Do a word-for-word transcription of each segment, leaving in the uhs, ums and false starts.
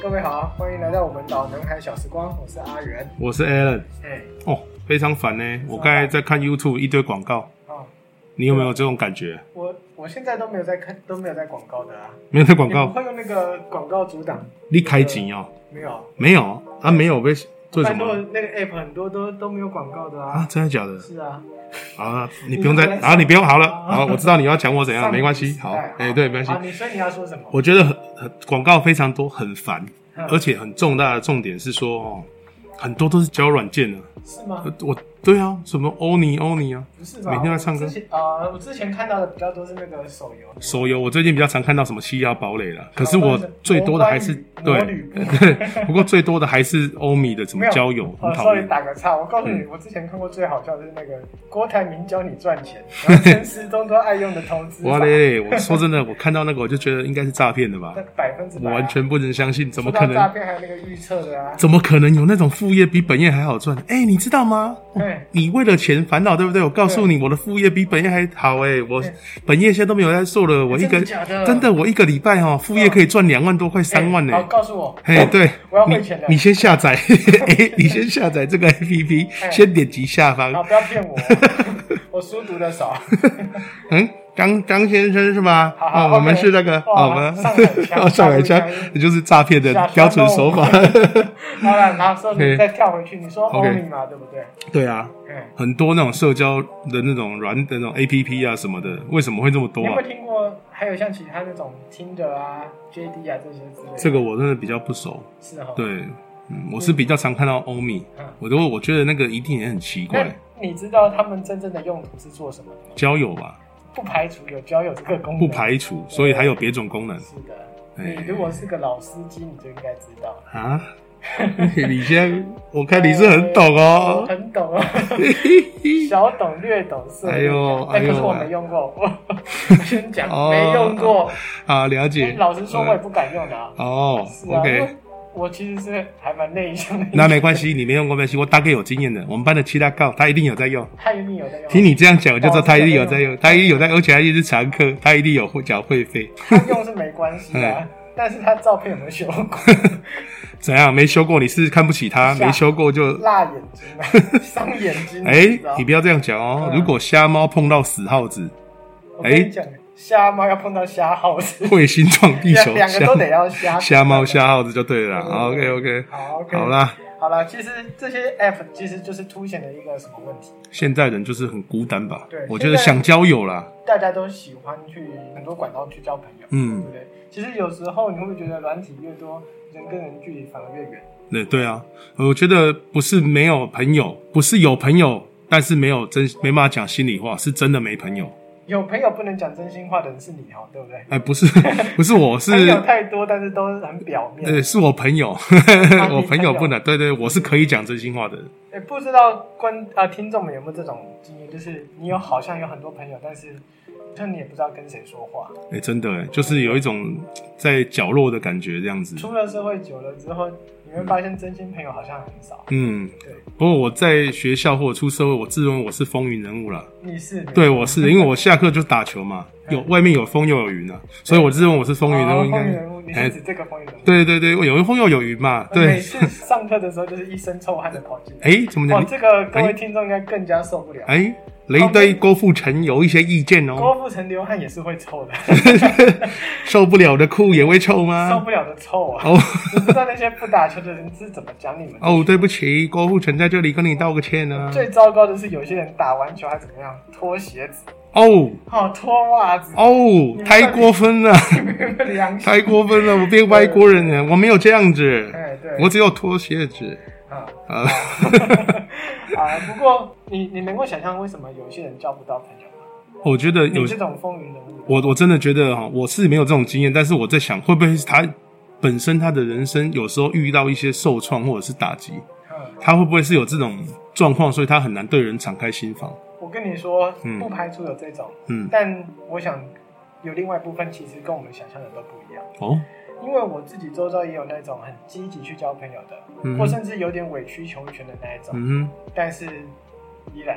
各位好，欢迎来到我们老男孩小时光，我是阿元， 我是 Alan。 哎， 哦，非常烦呢。我刚才在看 YouTube 一堆广告，哦，你有没有这种感觉？ 我我现在都没有在看，都没有在广告的啊， 没有在广告。 你不会用那个广告阻挡？ 你开钱哦？ 没有， 没有啊，没有被做什么？ 那个 App 很多都都没有广告的啊。 啊，真的假的？ 是啊。 啊，你不用再，啊，你不用好了，好，我知道你要讲我怎样，没关系，好，哎、欸，对，没关系。 好，你所以你要说什么？ 我觉得很很广告非常多，很烦，而且很重大的重点是说，哦，很多都是交友软件的。 是吗？ 我对啊，什么欧尼欧尼啊， 不是吧？ 每天在唱歌。 啊、呃，我之前看到的比较多是那个手游。 手游，我最近比较常看到什么七幺堡垒了，可是我最多的还是对对，不过最多的还是欧米的什么交友，很讨厌。 所以打个岔，我告诉你，嗯、我之前看过最好笑的是那个郭台铭教你赚钱，然后陈时中都爱用的投资法。 哇嘞！我说真的，我看到那个我就觉得应该是诈骗的吧， 百分之百， 我完全不能相信，怎么可能？ 诈骗还有那个预测的啊？ 怎么可能有那种副业比本业还好赚？哎、欸，你知道吗？ 对， 你为了钱烦恼，对不对？我告诉你，我的副业比本业还好哎、欸，我本业现在都没有在做了，我一个真的， 真的我一个礼拜哦，副业可以赚两万多，快三万呢、欸。 好，告诉我， 哎，对， 我要汇钱的。 你先下载，哎，你先下载这个 A P P， 先点击下方。 好，不要骗我，我书读的少。 嗯。张张先生是吗？ 好好， 哦，我们是那个， 哦， 我们上上海腔，也就是诈骗的标准手法。 好了，然后说你再跳回去，你说欧米嘛，对不对？ 对啊，很多那种社交的那种软的那种 A P P 啊什么的，为什么会这么多啊？ 你有没有听过？还有像其他那种 Tinder 啊、J D 啊这些之类的？ 这个我真的比较不熟。 是哈。 对，嗯，我是比较常看到欧米，我都我觉得那个一定也很奇怪。 你知道他们真正的用途是做什么的吗？ 交友吧。 不排除有交友这个功能， 不排除，所以还有别种功能。 是的，你如果是个老司机，你就应该知道啊。你现在，我看你是很懂哦， 我很懂哦，小懂略懂是。 哎呦， 哎呦，可是我没用过，我先讲没用过啊，了解。 老实说，我也不敢用的啊。 哦 ，OK。 我其实是还蛮内向的。 那没关系，你没用过没关系，我大概有经验的。我们班的七大告，他一定有在用。 他一定有在用。 听你这样讲，我就知道他一定有在用，他一定有在，而且还一直常客，他一定有缴会费。 他用是没关系的，但是他照片有没有修过？ 怎样？没修过？你是看不起他？没修过就辣眼睛，伤眼睛。 哎，你不要这样讲哦。如果瞎猫碰到死耗子， 哎。瞎猫要碰到瞎耗子， 彗星撞地球， 两个都得要瞎。 瞎猫瞎耗子就对了。好 ，OK OK， 好 OK， 好啦， 好啦。其实这些 App 其实就是凸显了一个什么问题？ 现在人就是很孤单吧？ 对， 我觉得想交友啦， 大家都喜欢去很多管道去交朋友， 嗯， 对不对？其实有时候你会不会觉得软体越多，人跟人距离反而越远？ 对对啊，我觉得不是没有朋友，不是有朋友，但是没有真没办法讲心里话，是真的没朋友。 有朋友不能讲真心话的人是你哦，对不对？ 哎，不是，不是我是朋友太多，但是都是很表面。 对，是我朋友，我朋友不能。对对，我是可以讲真心话的人。 哎，不知道观啊听众们有没有这种经验，就是你有好像有很多朋友，但是就你也不知道跟谁说话。 哎，真的，就是有一种在角落的感觉，这样子。 出了社会久了之后，你会发现真心朋友好像很少。 嗯， 对。 不过我在学校或者出社会，我自认为我是风云人物啦。 你是？ 对，我是，因为我下课就打球嘛，有外面有风又有云啊，所以我自认为我是风云人物。应该风云人物，你是指这个风云人物？ 对对对，有风又有云嘛。对。 每次上课的时候就是一身臭汗的跑进来。 哎，怎么讲？ 哦，这个各位听众应该更加受不了。 哎。雷对郭富城有一些意见哦。 郭富城流汗也是会臭的， 受不了的裤也会臭吗？ 受不了的臭啊！哦，你知道那些不打球的人是怎么讲你们？ 哦，对不起，郭富城在这里跟你道个歉呢、啊。 最糟糕的是，有些人打完球还怎么样？脱鞋子哦， 哦，脱袜子哦，太过分了，太过分了！我变外国人了，我没有这样子， 哎，对， 我只有脱鞋子。 啊啊啊！不过你你能够想象为什么有些人交不到朋友吗？ 我觉得有这种风云人物， 我我真的觉得哈，我是没有这种经验，但是我在想，会不会是他本身他的人生有时候遇到一些受创或者是打击，嗯、他会不会是有这种状况，所以他很难对人敞开心房？ 我跟你说，不排除有这种，嗯，但我想有另外一部分其实跟我们想象的都不一样哦。因为我自己周遭也有那种很积极去交朋友的，嗯、或甚至有点委曲求全的那一种，嗯、但是依然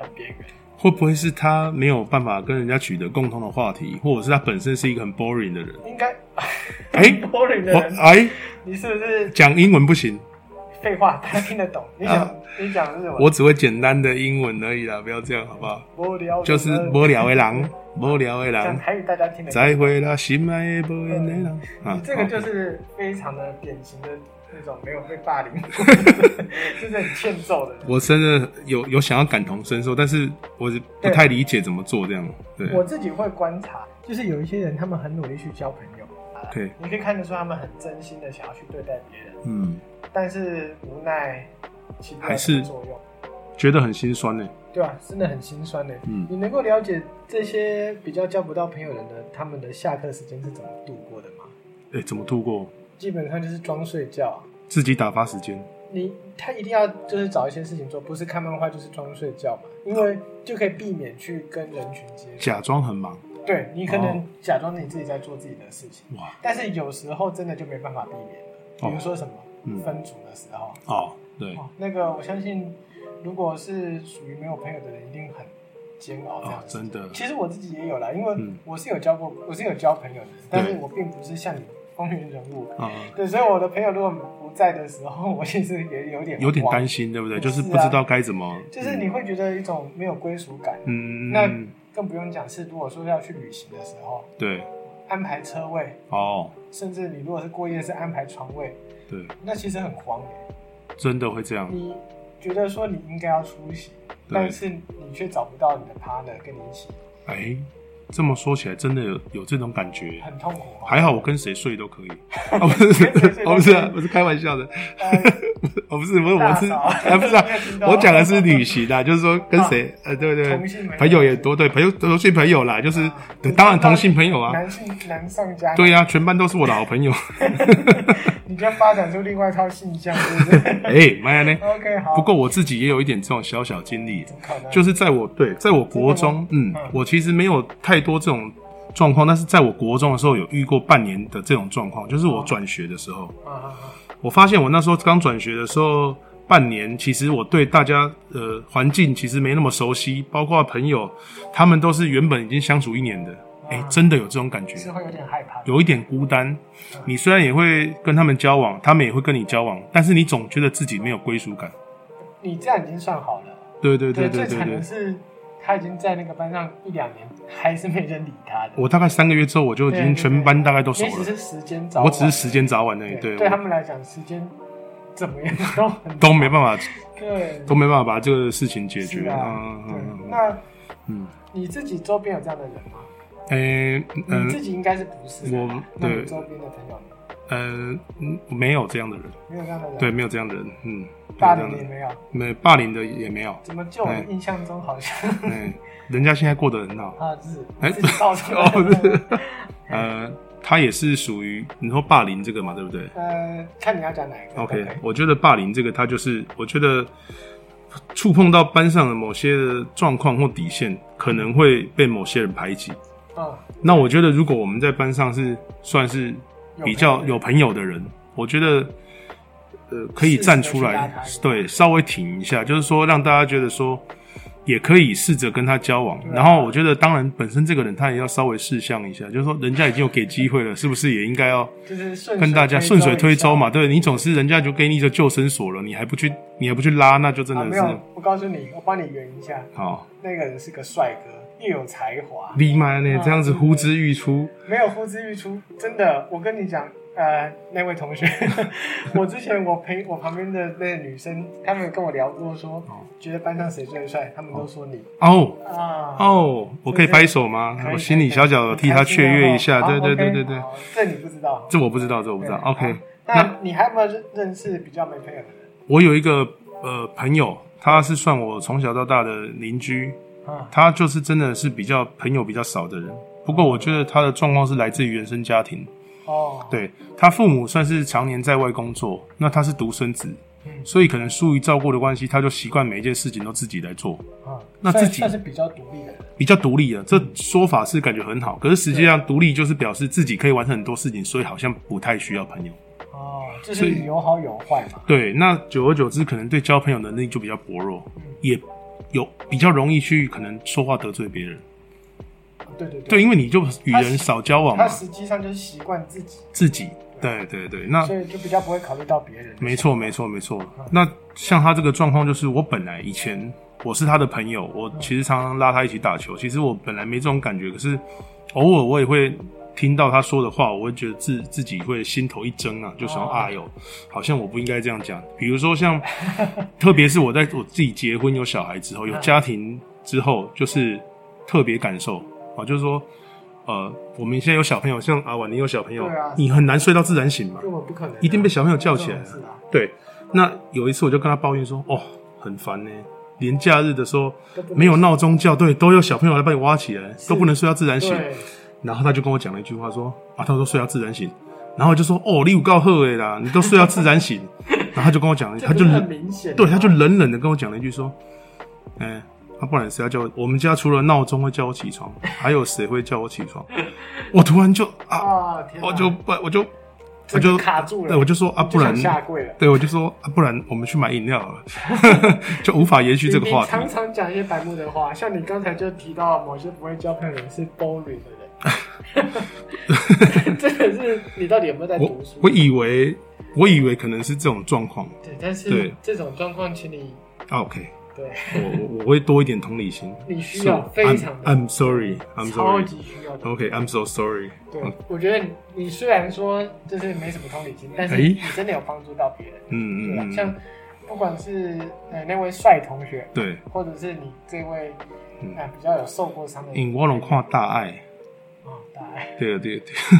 很边缘。 会不会是他没有办法跟人家取得共同的话题，或者是他本身是一个很 boring 的人？ 应该， 哎、欸、 ，boring 的人， 哎， 你是不是讲英文不行？ 废话，他听得懂。你讲、啊、你讲日文， 我只会简单的英文而已啦，不要这样好不好？ 无聊就是无聊的人，无聊的人。 讲台语大家听得懂。 再会啦，心爱的无缘的人。 你这个就是非常的典型的那种没有被霸凌，就是很欠揍的人。 我真的有有想要感同身受，但是我不太理解怎么做这样。对， 我自己会观察，就是有一些人他们很努力去交朋友。 对， 你可以看得出他们很真心的想要去对待别人， 嗯， 但是无奈起不了什么作用，觉得很心酸呢。 对啊，真的很心酸呢。 嗯， 你能够了解这些比较交不到朋友人的他们的下课时间是怎么度过的吗？ 哎、欸，怎么度过？ 基本上就是装睡觉， 自己打发时间。 你他一定要就是找一些事情做，不是看漫画就是装睡觉嘛，因为就可以避免去跟人群接触， 假装很忙。 对，你可能假装你自己在做自己的事情，哇！但是有时候真的就没办法避免了，比如说什么、哦、分组的时候， 哦，对， 哦、那个我相信，如果是属于没有朋友的人，一定很煎熬这样、哦。 真的。其实我自己也有啦，因为我是有交过，我是有交朋友的，但是我并不是像你风云人物，对，所以我的朋友如果不在的时候，我其实也有点有点担心，对不对？就是不知道该怎么， 就是你会觉得一种没有归属感， 嗯， 那。更不用讲是，如果说要去旅行的时候， 对， 安排车位哦， 甚至你如果是过夜是安排床位， 对， 那其实很慌耶， 真的会这样。 你觉得说你应该要出席，但是你却找不到你的 partner 跟你一起， 哎、欸，这么说起来真的有有这种感觉， 很痛苦。 还好我跟谁睡都可以，哦不是，哦不是啊，我是开玩笑的。我、哦、不是，不是，我是，哎，不是啊，我讲的是旅行啦，就是说跟谁，呃，对对对，朋友也多，对，朋友都是朋友啦，就是，对，当然同性朋友啊， 男性男上加， 对啊，全班都是我的好朋友。 你就发展出另外一套性向，是不是？ 哎，妈呀呢 ？OK， 好。 不过我自己也有一点这种小小经历，就是在我对，在我国中，嗯，我其实没有太多这种状况，但是在我国中的时候有遇过半年的这种状况，就是我转学的时候。 啊我发现我那时候刚转学的时候，半年其实我对大家呃环境其实没那么熟悉，包括朋友，他们都是原本已经相处一年的，哎、欸，真的有这种感觉， 是会有点害怕， 有一点孤单。你虽然也会跟他们交往，他们也会跟你交往，但是你总觉得自己没有归属感。 你这样已经算好了。 对对对对对对。 最惨的是他已经在那个班上一两年，还是没人理他的。 我大概三个月之后，我就已经全班大概都熟了。 你只是时间早晚， 我只是时间早晚而已。对， 对他们来讲，时间怎么样都很都没办法， 对， 都没办法把这个事情解决。 啊、嗯嗯。那嗯，你自己周边有这样的人吗？ 诶、欸，嗯， 你自己应该是不是？ 我对周边的朋友呢？ 呃，没有这样的人， 没有这样的人， 对，没有这样的人，嗯， 霸凌的也没有， 没霸凌的也没有。 怎么就我印象中好像， 嗯，人家现在过得很好啊，是，哎，自己造成的， 不是，呃，他也是属于你说霸凌这个嘛，对不对？ 呃，看你要讲哪一个。 OK， 我觉得霸凌这个，他就是我觉得触碰到班上的某些的状况或底线，可能会被某些人排挤。 嗯， 那我觉得如果我们在班上是算是比较有朋友的人，我觉得呃可以站出来，对，稍微挺一下，就是说让大家觉得说也可以试着跟他交往。然后我觉得当然本身这个人他也要稍微识相一下，就是说人家已经有给机会了，是不是也应该要跟大家顺水推舟嘛？对，你总是人家就给你一个救生索了，你还不去你还不去拉，那就真的是、 啊、没有。我告诉你，我帮你圆一下。 好， 那个人是个帅哥。又有才华， 立马呢这样子呼之欲出， 没有呼之欲出，真的，我跟你讲，呃，那位同学，我之前我陪我旁边的那个女生，他们跟我聊过说，哦、觉得班上谁最帅，他们都说你。 哦啊哦，我可以拍手吗？我心里小小的替他雀跃一下，对对对对对。 这你不知道， 这我不知道，这我不知道。OK， 那你还有没有认识比较没朋友的人？ 我有一个呃朋友，他是算我从小到大的邻居。他就是真的是比较朋友比较少的人，不过我觉得他的状况是来自于原生家庭。 哦， 对，他父母算是常年在外工作，那他是独生子，嗯、所以可能疏于照顾的关系，他就习惯每一件事情都自己来做。 啊， 那自己算是比较独立的人， 比较独立的，这说法是感觉很好，可是实际上独立就是表示自己可以完成很多事情，所以好像不太需要朋友。 哦，这是有好有坏嘛。 对，那久而久之，可能对交朋友能力就比较薄弱，嗯、也。 有比较容易去可能说话得罪别人。 对对对， 对，因为你就与人少交往嘛， 他实际上就是习惯自己自己。对对对，那所以就比较不会考虑到别人。 没错没错没错。那像他这个状况，就是我本来以前我是他的朋友，我其实常常拉他一起打球，其实我本来没这种感觉，可是偶尔我也会听到他说的话，我会觉得自自己会心头一怔啊，就想、哦、啊哟，好像我不应该这样讲。比如说像，特别是我在我自己结婚有小孩之后，有家庭之后，就是特别感受啊，就是说。呃，我们现在有小朋友，像阿婉，你有小朋友，啊、你很难睡到自然醒嘛， 根本不可能、啊， 一定被小朋友叫起来。 啊、 对，那有一次我就跟他抱怨说，哦，很烦呢，连假日的时候没有闹钟叫，对，都有小朋友来把你挖起来，都不能睡到自然醒。然后他就跟我讲了一句话说，啊，他说睡到自然醒，然后我就说，哦，你有够好的啦，你都睡到自然醒。然后他就跟我讲，他就很明显， 对，他就冷冷的跟我讲了一句说，哎、欸。啊、不然谁要叫我？我们家除了闹钟会叫我起床，还有谁会叫我起床？我突然就啊， 哦、 我就不，我就我就卡住了。 对，我就说啊，不然下跪了。 对，我就说啊，不然我们去买饮料好了，就无法延续这个话题。 你常常讲一些白目的话，像你刚才就提到某些不会交朋友的人是 boring 的人，真的是你到底有没有在读书？ 我, 我以为，我以为可能是这种状况。 对，但是这种状况，请你 OK。 对， 我我会多一点同理心。 你需要非常的 I'm, I'm sorry, I'm sorry， 超级需要的。 OK, I'm so sorry。 对，嗯、我觉得你虽然说就是没什么同理心，但是你真的有帮助到别人。嗯嗯嗯。像不管是呃那位帅同学， 对， 或者是你这位嗯、呃、比较有受过伤的， 因我拢看大爱。 哦，大爱。 对对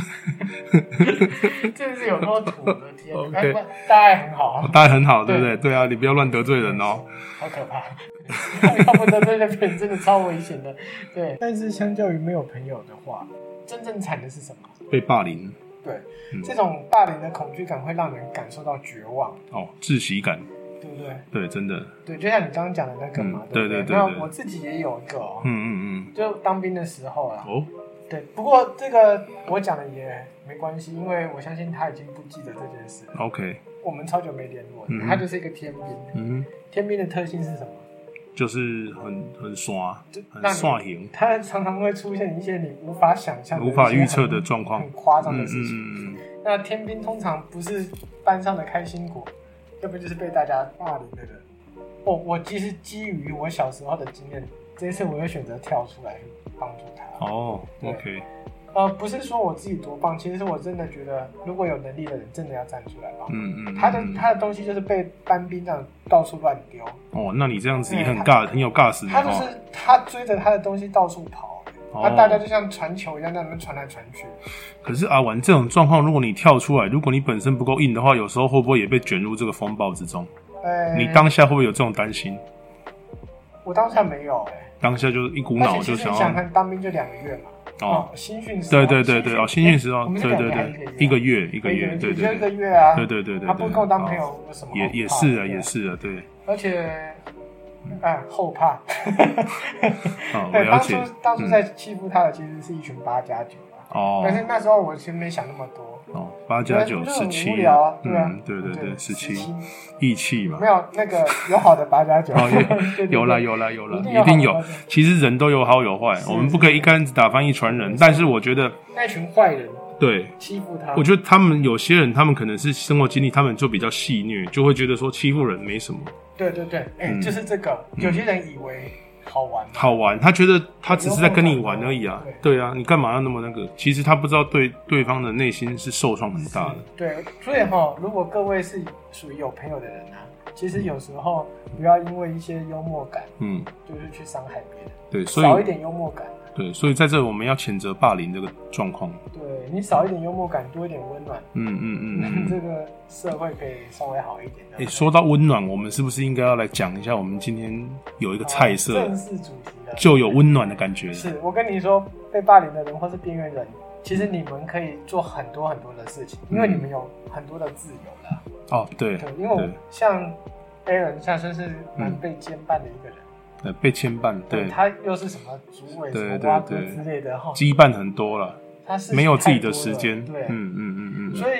对。 真的是有那么土的天。OK， 大爱很好啊。 大爱很好，对不对？对啊，你不要乱得罪人哦。 好可怕！要不得罪的别人真的超危险的。对，但是相较于没有朋友的话，真正惨的是什么？ 被霸凌。 对，嗯、这种霸凌的恐惧感会让人感受到绝望。 哦，窒息感。 对不对？ 对，真的。 对，就像你刚刚讲的那个嘛， 嗯、 对不对？ 对对对对。 那我自己也有一个哦， 嗯嗯嗯， 就当兵的时候啦。 哦。 对，不过这个我讲的也没关系，因为我相信他已经不记得这件事。 OK。 我们超久没联络， 嗯、 他就是一个天兵。 嗯。 天兵的特性是什么？ 就是很很刷，很刷型。 它常常会出现一些你无法想象、 无法预测的状况， 很夸张的事情。 嗯嗯嗯。 那天兵通常不是班上的开心果，要不就是被大家霸凌的人。哦，我其实基于我小时候的经验，这一次我会选择跳出来帮助他。 哦 ，OK。 呃，不是说我自己多棒，其实我真的觉得，如果有能力的人，真的要站出来帮。 嗯嗯。 他的他的东西就是被班兵这样到处乱丢。 哦，那你这样子也很尬，很有尬死。 他就是他追着他的东西到处跑，那、哦、大家就像传球一样，在那边传来传去。 可是阿玩这种状况，如果你跳出来，如果你本身不够硬的话，有时候会不会也被卷入这个风暴之中？欸、你当下会不会有这种担心？ 我当下没有、欸， 当下就是一股脑就想要。 你想看当兵就两个月嘛。哦，新训对对对对哦，新训时候，对对对，一个月一个月，对对一个月啊， 对对对对， 他不跟我当朋友有什么？ 也也是啊，也是啊，对。 而且，哎，后怕。 哦， 对， 了解。 当初当初在欺负他的其实是一群八加九啊。哦。但是那时候我其实没想那么多。 哦，八加九十七。 无聊啊，对啊， 对对对，十七，义气嘛。 没有那个有好的八加九。 哦，有啦有啦有啦，一定有。其实人都有好有坏，我们不可以一竿子打翻一船人。但是我觉得那群坏人。 对， 欺负他。 我觉得他们有些人，他们可能是生活经历，他们就比较戏谑，就会觉得说欺负人没什么。 对对对，哎、欸嗯，就是这个。有些人以为好玩， 好玩，他觉得他只是在跟你玩而已啊。对, 对啊，你干嘛要那么那个？其实他不知道对对方的内心是受创很大的。 对，所以哈，如果各位是属于有朋友的人啊，其实有时候不要因为一些幽默感，嗯，就是去伤害别人。 对，所以少一点幽默感。对， 所以在这我们要谴责霸凌这个状况。 对，你少一点幽默感，多一点温暖，嗯嗯嗯, 嗯，这个社会可以稍微好一点。 哎、欸，说到温暖，我们是不是应该要来讲一下？我们今天有一个菜色， 正式主题的， 就有温暖的感觉。 是我跟你说，被霸凌的人或是边缘人，其实你们可以做很多很多的事情，因为你们有很多的自由了。 哦，对， 对，因为我像 Aaron 下身是蛮被牵绊的一个人。 呃，被牵绊，对， 他又是什么主委、什么蛙哥之类的哈， 羁绊很多了， 他是没有自己的时间， 对， 嗯嗯嗯嗯， 所以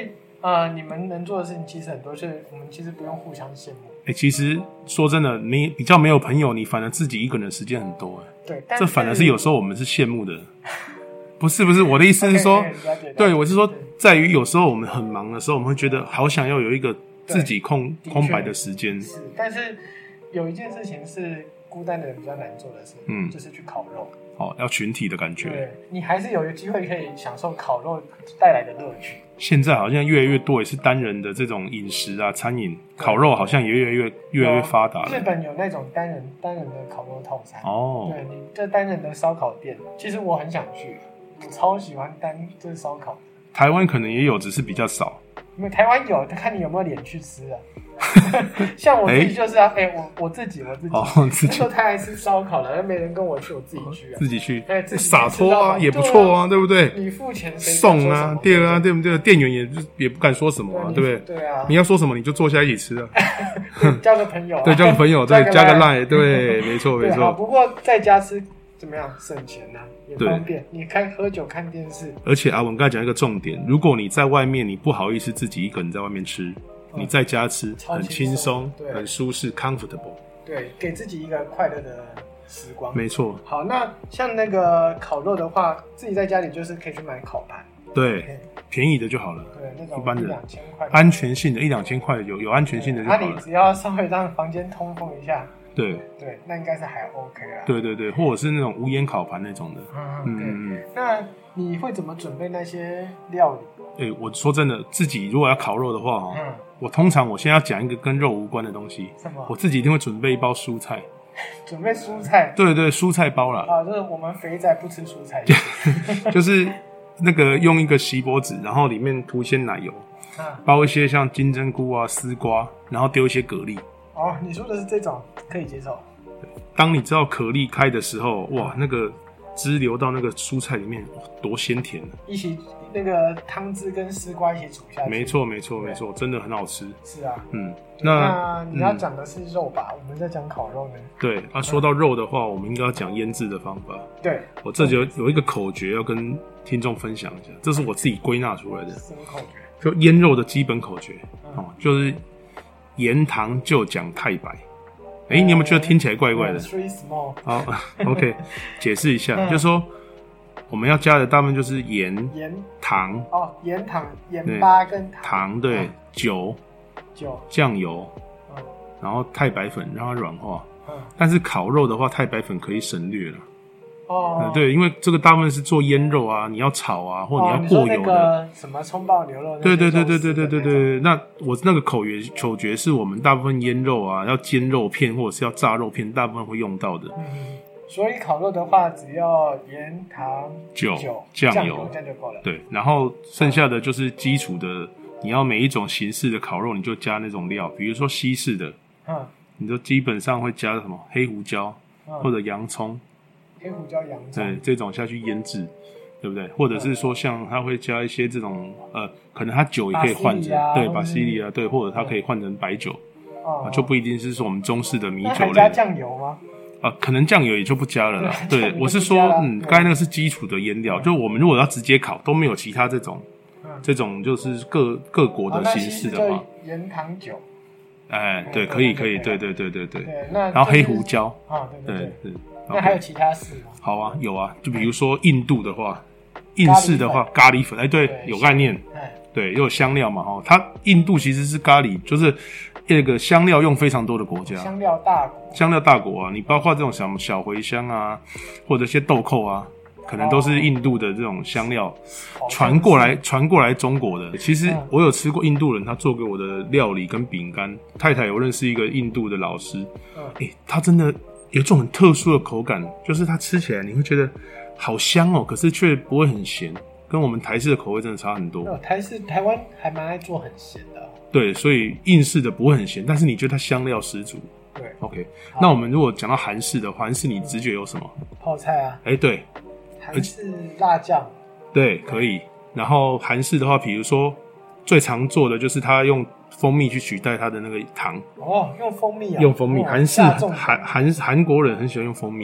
呃，你们能做的事情其实很多，是我们其实不用互相羡慕。 哎、欸，其实说真的，你比较没有朋友，你反而自己一个人的时间很多哎。 对， 这反而是有时候我们是羡慕的。不是不是，我的意思是说， okay, okay, 对，我是说，在于有时候我们很忙的时候，我们会觉得好想要有一个自己空空白的时间。 是，但是有一件事情是孤单的人比较难做的事，嗯，就是去烤肉。 哦，要群体的感觉。 对，你还是有机会可以享受烤肉带来的乐趣。 现在好像越来越多也是单人的这种饮食啊，餐饮烤肉好像也越来越越来越发达了。 日本有那种单人单人的烤肉套餐哦， 对，你这单人的烧烤店，其实我很想去，我超喜欢单就是烧烤。 台湾可能也有，只是比较少。 因为台湾有，看你有没有脸去吃啊。像我自己就是啊，哎、欸欸，我我自己我自己，哦，自己那时候太爱吃烧烤了，没人跟我去，我自己去啊， 自己去， 哎，自己洒脱啊，也不错啊，对不对？ 你付钱送啊，对啊，对不对？店员也也不敢说什么啊，对不对？ 对啊， 你要说什么你就坐下一起吃啊， 交个朋友， 对，交个朋友，对，加个 line， 对，没错没错。 不过在家吃怎么样？省钱啊，也方便。你看喝酒看电视， 而且阿文刚才讲一个重点，如果你在外面，你不好意思自己一个人在外面吃。你在家吃很轻松，很舒适 ，comfortable。 对，给自己一个快乐的时光。 没错。 好，那像那个烤肉的话，自己在家里就是可以去买烤盘。 对，便宜的就好了。 对，那种一般的一两千块， 安全性的，一两千块有有安全性的就好了。 那、啊、你只要稍微让房间通风一下。 对对，那应该是还 OK 啦。 对对对，或者是那种无烟烤盘那种的。 嗯嗯嗯。那你会怎么准备那些料理？ 哎、欸，我说真的，自己如果要烤肉的话，哦、嗯，我通常我先要讲一个跟肉无关的东西。 什么？ 我自己一定会准备一包蔬菜。 准备蔬菜？ 对对，蔬菜包啦。 啊，就是我们肥仔不吃蔬菜。 就是那个用一个锡箔纸，然后里面涂一些奶油，啊、包一些像金针菇啊、丝瓜，然后丢一些蛤蜊。 哦，你说的是这种，可以接受。 当你知道蛤蜊开的时候，哇，那个汁流到那个蔬菜里面，哇，多鲜甜！ 一起那个汤汁跟丝瓜一起煮下去。 没错，没错，没错，真的很好吃。 是啊， 嗯， 那, 那你要讲的是肉吧？嗯、我们在讲烤肉呢。 对啊，说到肉的话，我们应该要讲腌制的方法。 对， 我这就有有一个口诀要跟听众分享一下，这是我自己归纳出来的。 什么口诀？ 就腌肉的基本口诀、嗯、哦，就是盐糖就讲太白。哎、欸，你有没有觉得听起来怪怪的？好、oh, ，OK， 解释一下，嗯、就是说我们要加的大部分就是盐、 盐、 糖哦，盐、糖、盐巴跟糖， 糖对，嗯、酒、 酒、 酱油，嗯、然后太白粉让它软化。嗯、但是烤肉的话，太白粉可以省略了。 哦、嗯， 对，因为这个大部分是做腌肉啊，你要炒啊，或者你要过油的， 哦、你说那个什么葱爆牛肉， 对对对对对对对对。那我那个口诀口诀是我们大部分腌肉啊，要煎肉片或者是要炸肉片，大部分会用到的。 嗯，所以烤肉的话，只要盐、糖、 酒、 酒酱油， 这样就够了。 对，然后剩下的就是基础的，你要每一种形式的烤肉，你就加那种料，比如说西式的，嗯，你就基本上会加什么黑胡椒、嗯、或者洋葱。 黑胡椒、洋葱， 对，这种下去腌制，对不对？或者是说，像它会加一些这种呃，可能它酒也可以换成，对，巴西利啊，对，或者它可以换成白酒，啊，就不一定是说我们中式的米酒类。 加酱油吗？ 啊，可能酱油也就不加了啦。对，我是说，嗯，刚才那个是基础的腌料，就我们如果要直接烤，都没有其他这种，这种就是各各国的形式的话， 盐糖酒。 哎，对，可以，可以，对，对，对，对，对。 对，那然后黑胡椒啊，对对对。 那还有其他式吗？ 好啊，有啊，就比如说印度的话，印式的话，咖喱粉，哎，对，有概念，对，又有香料嘛，哈，它印度其实是咖喱，就是那个香料用非常多的国家， 香料大国， 香料大国啊，你包括这种小小茴香啊，或者一些豆蔻啊，可能都是印度的这种香料传过来传过来中国的。其实我有吃过印度人他做给我的料理跟饼干，太太有认识一个印度的老师，哎，他真的。有一种很特殊的口感，就是它吃起来你会觉得好香哦，可是却不会很咸，跟我们台式的口味真的差很多。 哦、台式台湾还蛮爱做很咸的、哦。对， 所以印式的不会很咸，但是你觉得它香料十足。 对 ，OK。那我们如果讲到韩式的话，韩式你直觉有什么？ 泡菜啊。 哎、欸，对。 韩式辣酱。 对，可以。然后韩式的话，比如说最常做的就是它用蜂蜜去取代它的那个糖。 哦，用蜂蜜啊？ 用蜂蜜，韩式韩韩韩国人很喜欢用蜂蜜。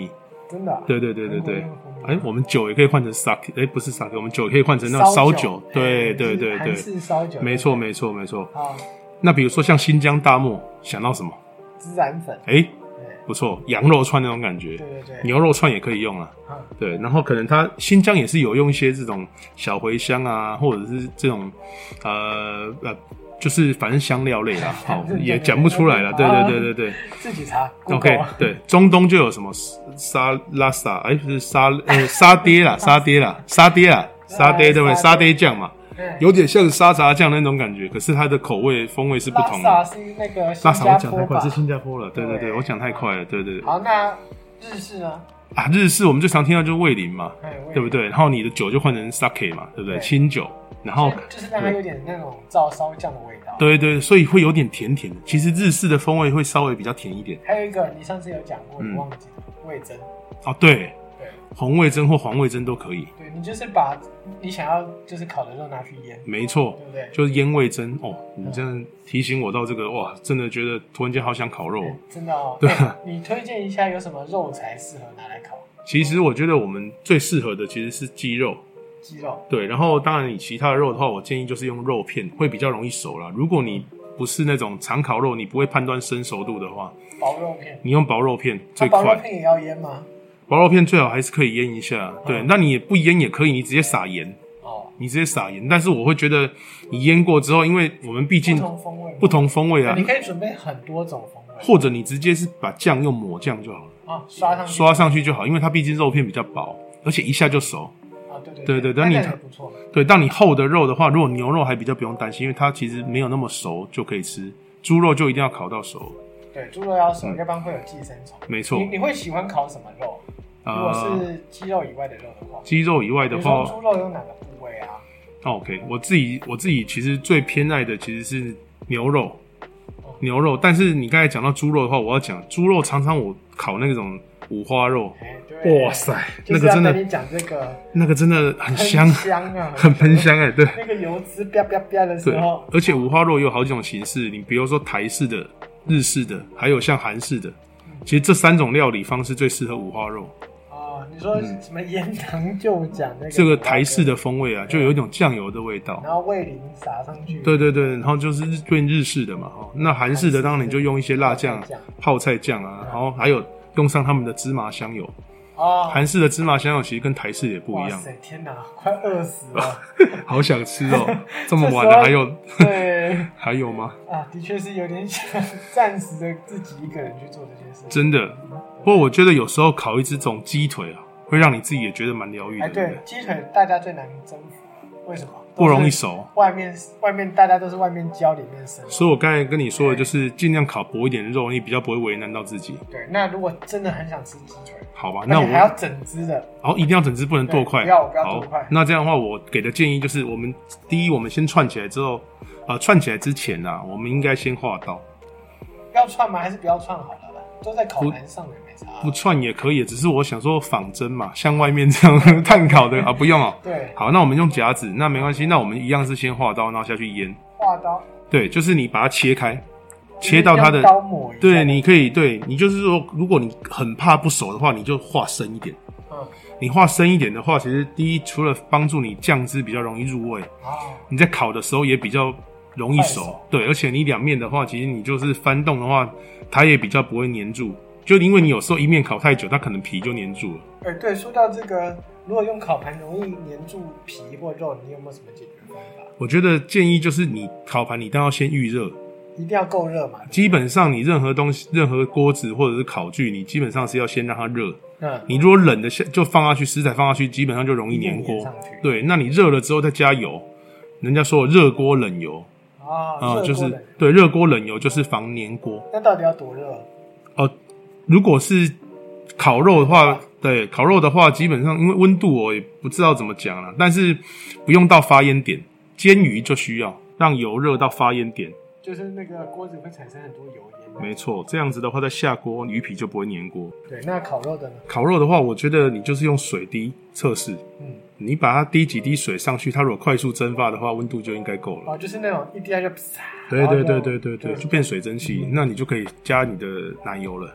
真的、啊？ 对对对对对。哎、欸，我们酒也可以换成 sake， 哎、欸，不是 sake， 我们酒也可以换成那种烧酒。对对对对，韩式烧酒。 没错没错没错。 好， 那比如说像新疆大漠，想到什么？ 孜然粉。 哎、欸，不错，羊肉串那种感觉。 对对对。 牛肉串也可以用啊。嗯、对，然后可能它新疆也是有用一些这种小茴香啊，或者是这种呃呃。就是反正香料类啦，好也讲不出来了，对对对对对， 自己查。 OK， 对，中东就有什么沙拉萨，哎，不是沙呃沙爹啦，沙爹啦，沙爹啦，沙爹对不对？沙爹酱嘛，有点像沙茶酱那种感觉，可是它的口味风味是不同的。 拉萨是那个新加坡吧？ 拉萨我讲太快，是新加坡了，对对对，我讲太快了，对对。 好，那日式呢？ 啊，日式我们最常听到就是味淋嘛，对不对？然后你的酒就换成 sake 嘛，对不对？清酒。然后就是让它有点那种照烧酱的味道， 对对，所以会有点甜甜的。其实日式的风味会稍微比较甜一点。 还有一个，你上次有讲过，我忘记了，味噌。 哦，对，对，红味噌或黄味噌都可以。 对，你就是把你想要就是烤的肉拿去腌， 没错， 对不对？ 就是腌味噌哦。你这样提醒我到这个，哇，真的觉得突然间好想烤肉， 真的哦。 对， 你推荐一下有什么肉才适合拿来烤？ 其实我觉得我们最适合的其实是鸡肉。 鸡肉对，然后当然你其他的肉的话，我建议就是用肉片，会比较容易熟啦。如果你不是那种常烤肉，你不会判断生熟度的话， 薄肉片， 你用薄肉片最快。 薄肉片也要腌吗？ 薄肉片最好还是可以腌一下，对。嗯、那你也不腌也可以，你直接撒盐哦，你直接撒盐。但是我会觉得你腌过之后，因为我们毕竟不同风味， 不同风味啊， 你可以准备很多种风味， 或者你直接是把酱用抹酱就好了， 哦，刷上去刷上去就好，因为它毕竟肉片比较薄，而且一下就熟。 对对对, 对, 对，当你对，当你厚的肉的话，如果牛肉还比较不用担心，因为它其实没有那么熟就可以吃。猪肉就一定要烤到熟。 对，猪肉要熟，嗯、要不然会有寄生虫。 没错。 你你会喜欢烤什么肉？呃、如果是鸡肉以外的肉的话， 鸡肉以外的话， 猪肉有哪个部位啊 ？OK， 我自己我自己其实最偏爱的其实是牛肉，哦、牛肉。但是你刚才讲到猪肉的话，我要讲猪肉，常常我烤那种五花肉。哇塞，那个真的， 你讲这个， 那个真的很香， 很香啊， 很喷香哎、欸，对， 那个油脂啪啪啪的时候， 而且五花肉有好几种形式，你比如说台式的、日式的，还有像韩式的，其实这三种料理方式最适合五花肉。 哦，你说什么盐糖就讲那个这个台式的风味啊，就有一种酱油的味道， 然后味淋撒上去， 对对对，然后就是变日式的嘛，哦，那韩式的当然你就用一些辣酱、泡菜酱啊，然后还有用上他们的芝麻香油。哦，韩式的芝麻香油其实跟台式也不一样。 哇塞，天哪，快饿死了！ 好想吃哦，这么晚了还有？ 对， 还有吗？ 啊，的确是有点想暂时的自己一个人去做这件事。 真的，不过我觉得有时候烤一只这种鸡腿啊，会让你自己也觉得蛮疗愈的。 哎，对，鸡腿大家最难征服，为什么？ 不容易熟。 外面外面大家都是外面焦里面生， 所以我刚才跟你说的就是尽量烤薄一点的肉，你比较不会为难到自己。 对，那如果真的很想吃鸡腿， 好吧，那我还要整只的， 哦，一定要整只，不能剁块， 不要不要剁块。 那这样的话，我给的建议就是，我们第一，我们先串起来之后，呃，串起来之前啊，我们应该先画刀。 要串吗？还是不要串好了啦？都在烤盘上也没差、啊。 不串也可以，只是我想说仿真嘛，像外面这样炭烤的啊，不用哦。 对。 好，那我们用夹子，那没关系，那我们一样是先画刀，然后下去腌。 画刀。 对，就是你把它切开，切到它的。 刀抹一下。 对，你可以，对你就是说，如果你很怕不熟的话，你就画深一点。嗯。你画深一点的话，其实第一，除了帮助你酱汁比较容易入味，哦，你在烤的时候也比较容易熟。对，而且你两面的话，其实你就是翻动的话，它也比较不会粘住。就因为你有时候一面烤太久，它可能皮就粘住了。 哎、欸，对，说到这个，如果用烤盘容易粘住皮或肉，你有没有什么解决方法？ 我觉得建议就是你烤盘你一定要先预热， 一定要够热嘛。 基本上你任何东西、任何锅子或者是烤具，你基本上是要先让它热。嗯，你如果冷的就放下去，食材放下去，基本上就容易粘锅。对，那你热了之后再加油，人家说热锅冷油啊、呃，就是对热锅冷油就是防粘锅。 那到底要多热？ 哦。如果是烤肉的话，对烤肉的话，基本上因为温度我也不知道怎么讲啦，但是不用到发烟点。煎鱼就需要让油热到发烟点， 就是那个锅子会产生很多油烟。 没错，这样子的话，在下锅鱼皮就不会粘锅。 对，那烤肉的呢？ 烤肉的话，我觉得你就是用水滴测试，嗯，你把它滴几滴水上去，它如果快速蒸发的话，温度就应该够了。 哦，就是那种一滴下就啪， 对对对对对对，就变水蒸气，嗯、那你就可以加你的奶油了。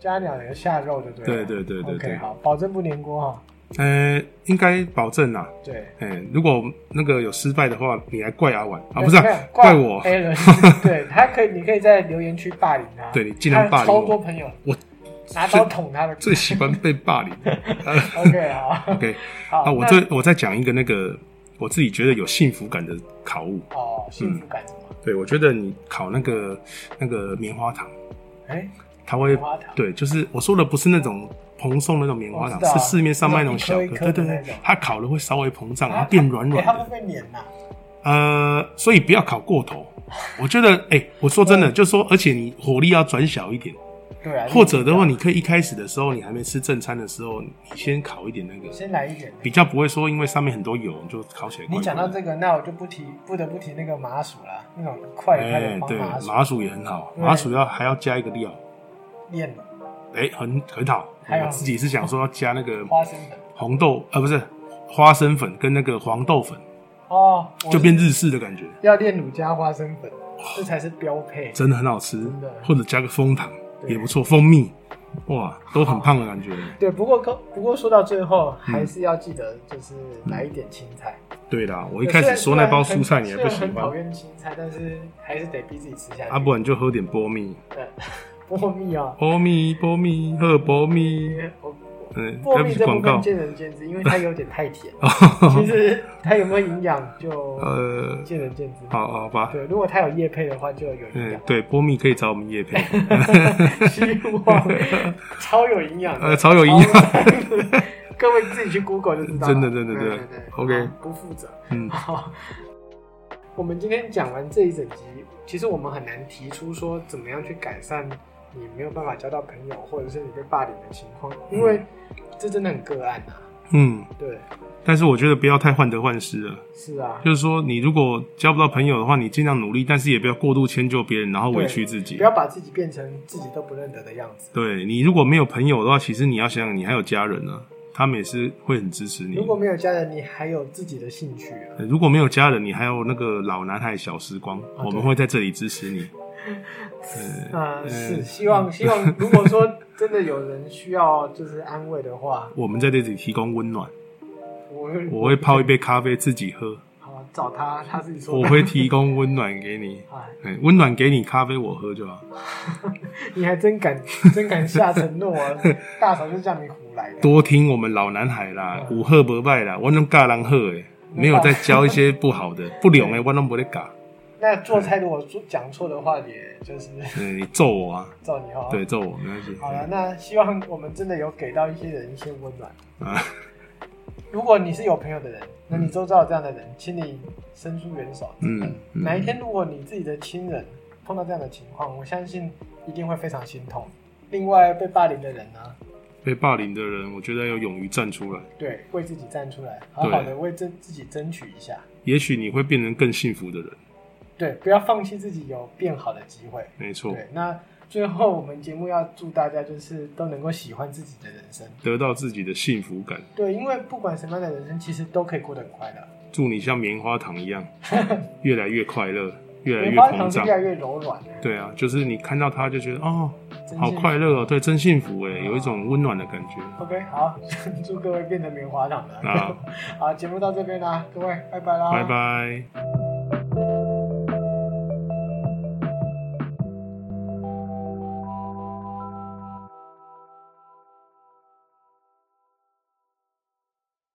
加两个下肉的，对对对对对对。 OK， 好，保证不粘锅哈。 呃，应该保证啊。 对， 哎，如果那个有失败的话，你来怪阿婉啊，不是、啊、 怪我。 对，他可以，你可以在留言区霸凌他。 对，你尽量霸凌我。超多朋友， 我拿刀捅他的。 最喜欢被霸凌。 OK， 好。 OK， 好， 啊，我这我再讲一个那个我自己觉得有幸福感的考物。 哦，幸福感什么？ 嗯、对，我觉得你烤那个那个棉花糖， 哎、欸， 它会对，就是我说的不是那种。蓬松的那种棉花糖，是市面上卖那种小颗，对对对，它烤了会稍微膨胀，它变软软的。 它会不会黏呐？ 呃，所以不要烤过头。我觉得，哎、欸，我说真的，就说，而且你火力要转小一点。 对啊。 或者的话，你可以一开始的时候，你还没吃正餐的时候，你先烤一点那个， 先来一点， 比较不会说因为上面很多油就烤起来怪怪。 你讲到这个，那我就不提，不得不提那个麻薯啦，那种快快的黄麻薯。 对，麻薯也很好，麻薯要还要加一个料， 炼了。 哎、欸，很很好。我自己是想说要加那个花生粉、 红豆，呃，不是花生粉跟那个黄豆粉， 哦， 就变日式的感觉。 要炼乳加花生粉，这才是标配， 真的很好吃。真的，或者加个枫糖也不错，蜂蜜，哇，都很胖的感觉。 对，不过不过说到最后，还是要记得就是来一点青菜。 嗯、对啦，我一开始说那包蔬菜你还不喜欢， 很讨厌青菜，但是还是得逼自己吃下去。 啊，不然就喝点波蜜。 对。波蜜啊， 波蜜波蜜喝波蜜， 嗯，波蜜这部分见仁见智，因为它有点太甜。其实它有没有营养就呃见仁见智。 好好吧。 对，如果它有业配的话，就有营养。 对，波蜜可以找我们业配。 希望超有营养， 呃，超有营养。 各位自己去 Google 就知道了。 真的，真的，对对对。OK， 不负责。 嗯。 好，我们今天讲完这一整集，其实我们很难提出说怎么样去改善你没有办法交到朋友，或者是你被霸凌的情况，因为这真的很个案啊。 嗯， 对。 但是我觉得不要太患得患失了。 是啊。 就是说，你如果交不到朋友的话，你尽量努力，但是也不要过度迁就别人，然后委屈自己。 不要把自己变成自己都不认得的样子。 对，你如果没有朋友的话，其实你要想想，你还有家人呢、啊，他们也是会很支持你。 如果没有家人，你还有自己的兴趣啊。 如果没有家人，你还有那个老男孩小时光，啊、我们会在这里支持你。 呃，嗯、是希望希望，如果说真的有人需要就是安慰的话， 我们在这里提供温暖。 我会我会泡一杯咖啡自己喝。 好，找他，他自己说。 我会提供温暖给你，哎，温暖给你，咖啡我喝就好。 你还真敢真敢下承诺啊！大嫂就叫你胡来的。 多听我们老男孩啦，有好无歹啦，我拢教人好诶，没有在教一些不好的、不良诶，我拢不会教。 那做菜如果讲错的话，也就是， 嗯，你揍我啊， 揍你哈， 对，揍我没关系。 好了，那希望我们真的有给到一些人一些温暖啊。如果你是有朋友的人，那你周遭有这样的人，请你伸出援手。嗯，嗯哪一天如果你自己的亲人碰到这样的情况，我相信一定会非常心痛。另外，被霸凌的人呢？ 被霸凌的人，我觉得要勇于站出来， 对，为自己站出来，好好的为自自己争取一下。 也许你会变成更幸福的人。 对，不要放弃自己有变好的机会。 没错。 对，那最后我们节目要祝大家就是都能够喜欢自己的人生， 得到自己的幸福感。 对，因为不管什么样的人生，其实都可以过得很快乐。 祝你像棉花糖一样，越来越快乐，越来越膨胀， 棉花糖是越来越柔软。对啊，就是你看到它就觉得哦，好快乐哦，对，真幸福哎，有一种温暖的感觉。 OK， 好，祝各位变成棉花糖了。好，节目到这边啦，各位，拜拜啦， 拜拜。